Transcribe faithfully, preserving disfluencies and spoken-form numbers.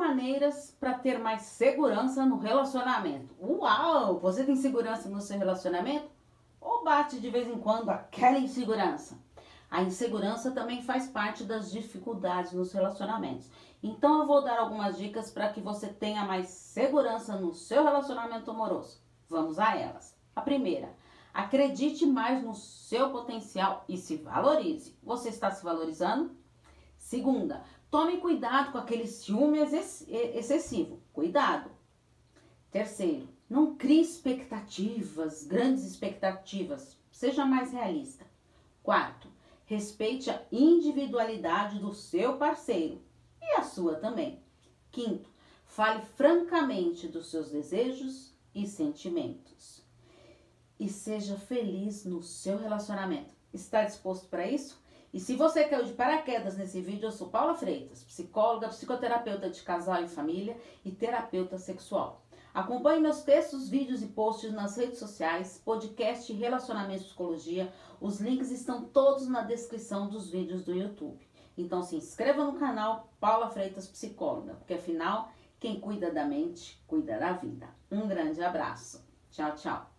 maneiras para ter mais segurança no relacionamento. Uau! Você tem segurança no seu relacionamento? Ou bate de vez em quando aquela insegurança? A insegurança também faz parte das dificuldades nos relacionamentos. Então eu vou dar algumas dicas para que você tenha mais segurança no seu relacionamento amoroso. Vamos a elas. A primeira, acredite mais no seu potencial e se valorize. Você está se valorizando? Segunda, tome cuidado com aquele ciúme excessivo. Cuidado. Terceiro, não crie expectativas, grandes expectativas. Seja mais realista. Quarto, respeite a individualidade do seu parceiro e a sua também. Quinto, fale francamente dos seus desejos e sentimentos. E seja feliz no seu relacionamento. Está disposto para isso? E se você caiu de paraquedas nesse vídeo, eu sou Paula Freitas, psicóloga, psicoterapeuta de casal e família e terapeuta sexual. Acompanhe meus textos, vídeos e posts nas redes sociais, podcast Relacionamento e Psicologia. Os links estão todos na descrição dos vídeos do YouTube. Então se inscreva no canal Paula Freitas Psicóloga, porque afinal, quem cuida da mente, cuida da vida. Um grande abraço. Tchau, tchau.